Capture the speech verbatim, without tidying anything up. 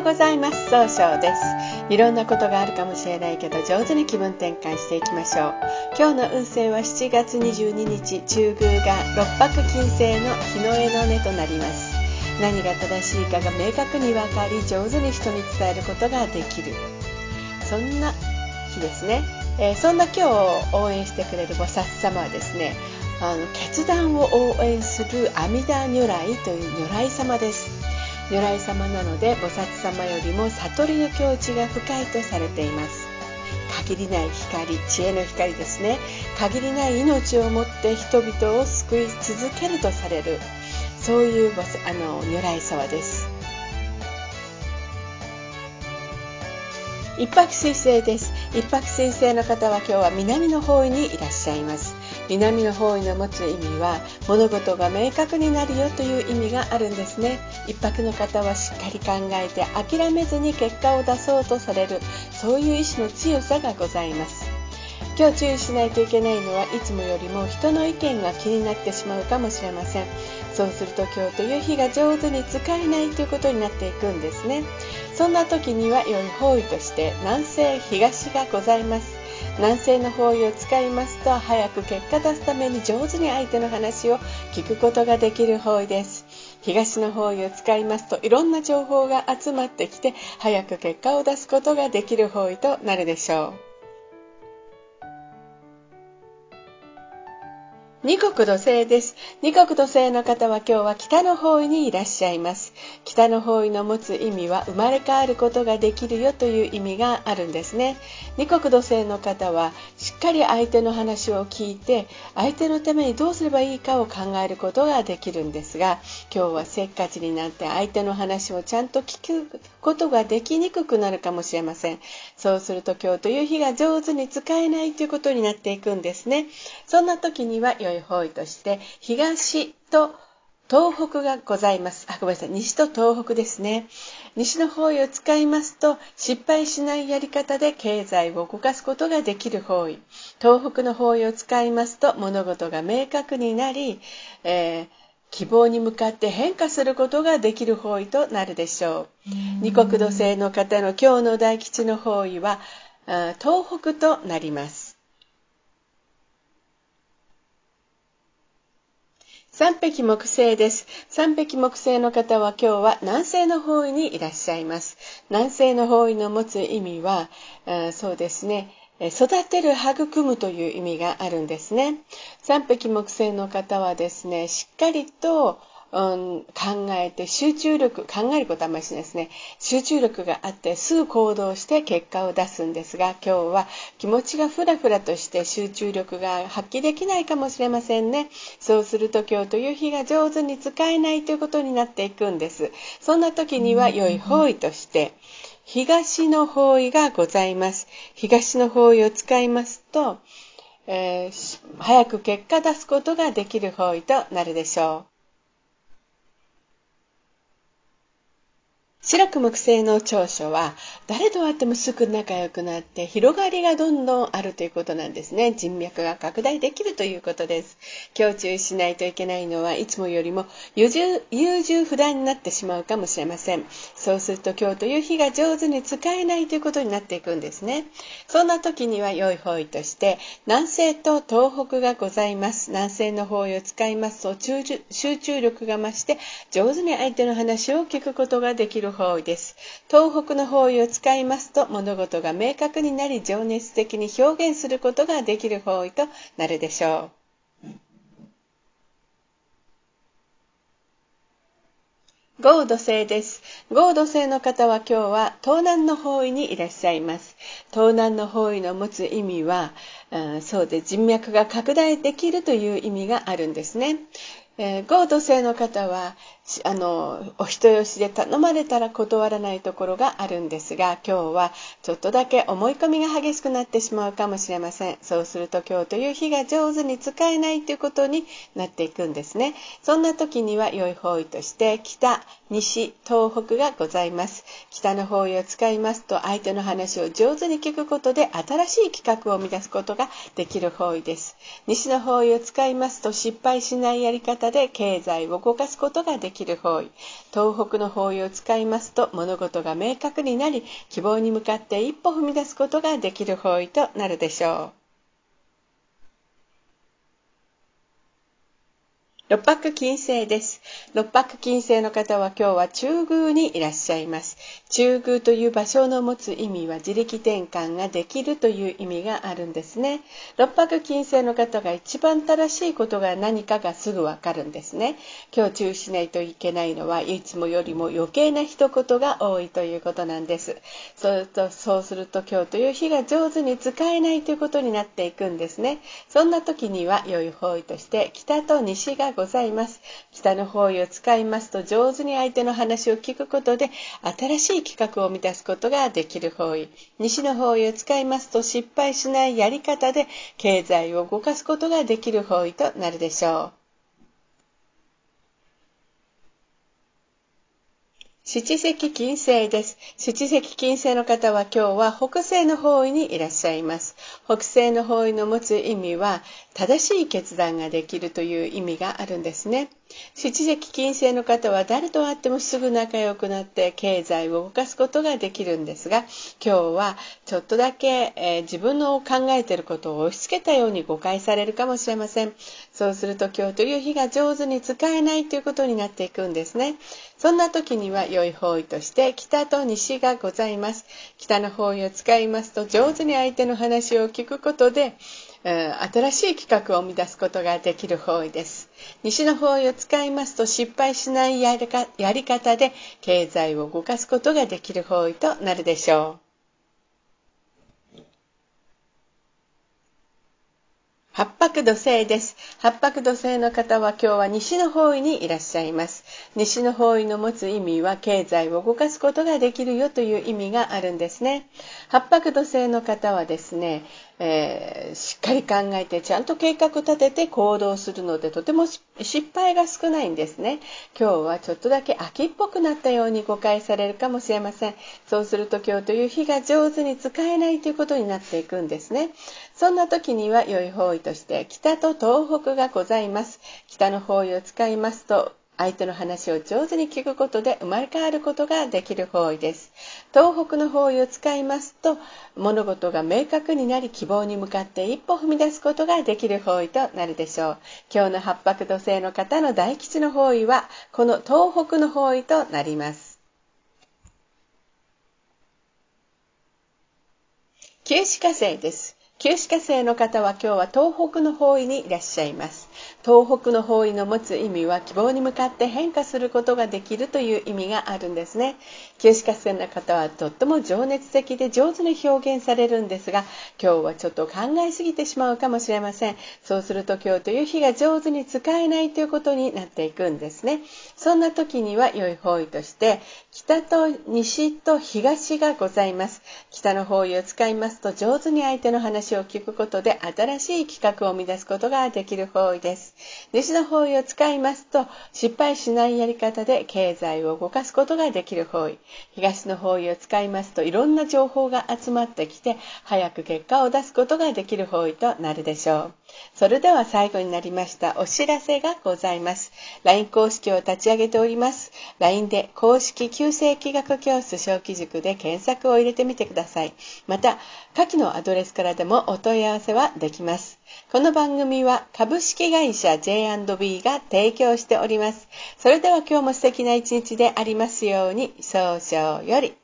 ございます。総称です。いろんなことがあるかもしれないけど、上手に気分転換していきましょう。今日の運勢はしちがつにじゅうににち、中宮が六白金星の日の絵の根となります。何が正しいかが明確に分かり、上手に人に伝えることができる、そんな日ですね。えー、そんな今日を応援してくれる菩薩様はですね、あの決断を応援する阿弥陀如来という如来様です。如来様なので、菩薩様よりも悟りの境地が深いとされています。限りない光、知恵の光ですね。限りない命をもって人々を救い続けるとされる、そういうあの如来様です。一泊水星です。一泊水星の方は今日は南の方位にいらっしゃいます。南の方位の持つ意味は、物事が明確になるよという意味があるんですね。一泊の方はしっかり考えて諦めずに結果を出そうとされる、そういう意志の強さがございます。今日注意しないといけないのは、いつもよりも人の意見が気になってしまうかもしれません。そうすると今日という日が上手に使えないということになっていくんですね。そんな時には良い方位として南西東がございます。南西の方位を使いますと、早く結果出すために上手に相手の話を聞くことができる方位です。東の方位を使いますと、いろんな情報が集まってきて、早く結果を出すことができる方位となるでしょう。二国土星です。二国土星の方は今日は北の方位にいらっしゃいます。北の方位の持つ意味は、生まれ変わることができるよという意味があるんですね。二国土星の方はしっかり相手の話を聞いて、相手のためにどうすればいいかを考えることができるんですが、今日はせっかちになって相手の話をちゃんと聞くことができにくくなるかもしれません。そうすると今日という日が上手に使えないということになっていくんですね。そんな時には良い方位として東と東北がございます。あ、ごめんなさい。西と東北ですね。西の方位を使いますと、失敗しないやり方で経済を動かすことができる方位。東北の方位を使いますと、物事が明確になり、えー、希望に向かって変化することができる方位となるでしょう。二国土星の方の今日の大吉の方位は東北となります。三匹木星です。三匹木星の方は今日は南西の方位にいらっしゃいます。南西の方位の持つ意味は、そうですね、育てる、育むという意味があるんですね。三匹木星の方はですね、しっかりとうん、考えて集中力、考えることはあんまりしないですね。集中力があってすぐ行動して結果を出すんですが、今日は気持ちがフラフラとして集中力が発揮できないかもしれませんね。そうすると今日という日が上手に使えないということになっていくんです。そんな時には良い方位として東の方位がございます。東の方位を使いますと、えー、早く結果出すことができる方位となるでしょう。白く木星の長所は、誰と会ってもすぐ仲良くなって広がりがどんどんあるということなんですね。人脈が拡大できるということです。今日注意しないといけないのは、いつもよりも優柔、優柔不断になってしまうかもしれません。そうすると今日という日が上手に使えないということになっていくんですね。そんな時には良い方位として南西と東北がございます。南西の方位を使いますと、集中力が増して上手に相手の話を聞くことができる方位です。東北の方位を使いますと、物事が明確になり、情熱的に表現することができる方位となるでしょう。合土星です。合土星の方は今日は東南の方位にいらっしゃいます。東南の方位の持つ意味は、そうで人脈が拡大できるという意味があるんですね。えー、合土星の方はあのお人よしで頼まれたら断らないところがあるんですが、今日はちょっとだけ思い込みが激しくなってしまうかもしれません。そうすると今日という日が上手に使えないということになっていくんですね。そんな時には良い方位として北、西、東北がございます。北の方位を使いますと、相手の話を上手に聞くことで新しい企画を生み出すことができる方位です。西の方位を使いますと、失敗しないやり方で経済を動かすことができきる方位。東北の方位を使いますと物事が明確になり、希望に向かって一歩踏み出すことができる方位となるでしょう。六白金星です。六白金星の方は今日は中宮にいらっしゃいます。中宮という場所の持つ意味は自力転換ができるという意味があるんですね。六白金星の方が一番正しいことが何かがすぐわかるんですね。今日注意しないといけないのはいつもよりも余計な一言が多いということなんです。そうと、そうすると今日という日が上手に使えないということになっていくんですね。そんな時には良い方位として北と西がございます。北の方位を使いますと上手に相手の話を聞くことで新しい企画を生み出すことができる方位。西の方位を使いますと失敗しないやり方で経済を動かすことができる方位となるでしょう。七石金星です。七石金星の方は今日は北西の方位にいらっしゃいます。北西の方位の持つ意味は正しい決断ができるという意味があるんですね。七石金星の方は誰と会ってもすぐ仲良くなって経済を動かすことができるんですが、今日はちょっとだけ、えー、自分の考えていることを押し付けたように誤解されるかもしれません。そうすると今日という日が上手に使えないということになっていくんですね。そんな時には良い方位として北と西がございます。北の方位を使いますと上手に相手の話を聞くことで、新しい企画を生み出すことができる方位です。西の方位を使いますと失敗しないやりか、やり方で経済を動かすことができる方位となるでしょう。八白土星です。八白土星の方は今日は西の方位にいらっしゃいます。西の方位の持つ意味は経済を動かすことができるよという意味があるんですね。八白土星の方はですね、えー、しっかり考えてちゃんと計画立てて行動するのでとても失敗が少ないんですね。今日はちょっとだけ秋っぽくなったように誤解されるかもしれません。そうすると今日という日が上手に使えないということになっていくんですね。そんな時には良い方位として北と東北がございます。北の方位を使いますと相手の話を上手に聞くことで生まれ変わることができる方位です。東北の方位を使いますと物事が明確になり希望に向かって一歩踏み出すことができる方位となるでしょう。今日の八白土星の方の大吉の方位はこの東北の方位となります。九紫火星です。九紫火星の方は今日は東北の方位にいらっしゃいます。東北の方位の持つ意味は希望に向かって変化することができるという意味があるんですね。九紫火星の方はとっても情熱的で上手に表現されるんですが、今日はちょっと考えすぎてしまうかもしれません。そうすると今日という日が上手に使えないということになっていくんですね。そんな時には良い方位として北と西と東がございます。北の方位を使いますと上手に相手の話を聞くことで新しい企画を生み出すことができる方位です。西の方位を使いますと失敗しないやり方で経済を動かすことができる方位。東の方位を使いますといろんな情報が集まってきて早く結果を出すことができる方位となるでしょう。それでは最後になりましたお知らせがございます。 ライン 公式を立ち上げております。 ライン で公式旧世紀学教室小規塾で検索を入れてみてください。また下記のアドレスからでもお問い合わせはできます。この番組は株式会社 ジェイアンドビー が提供しております。それでは今日も素敵な一日でありますように。早々より。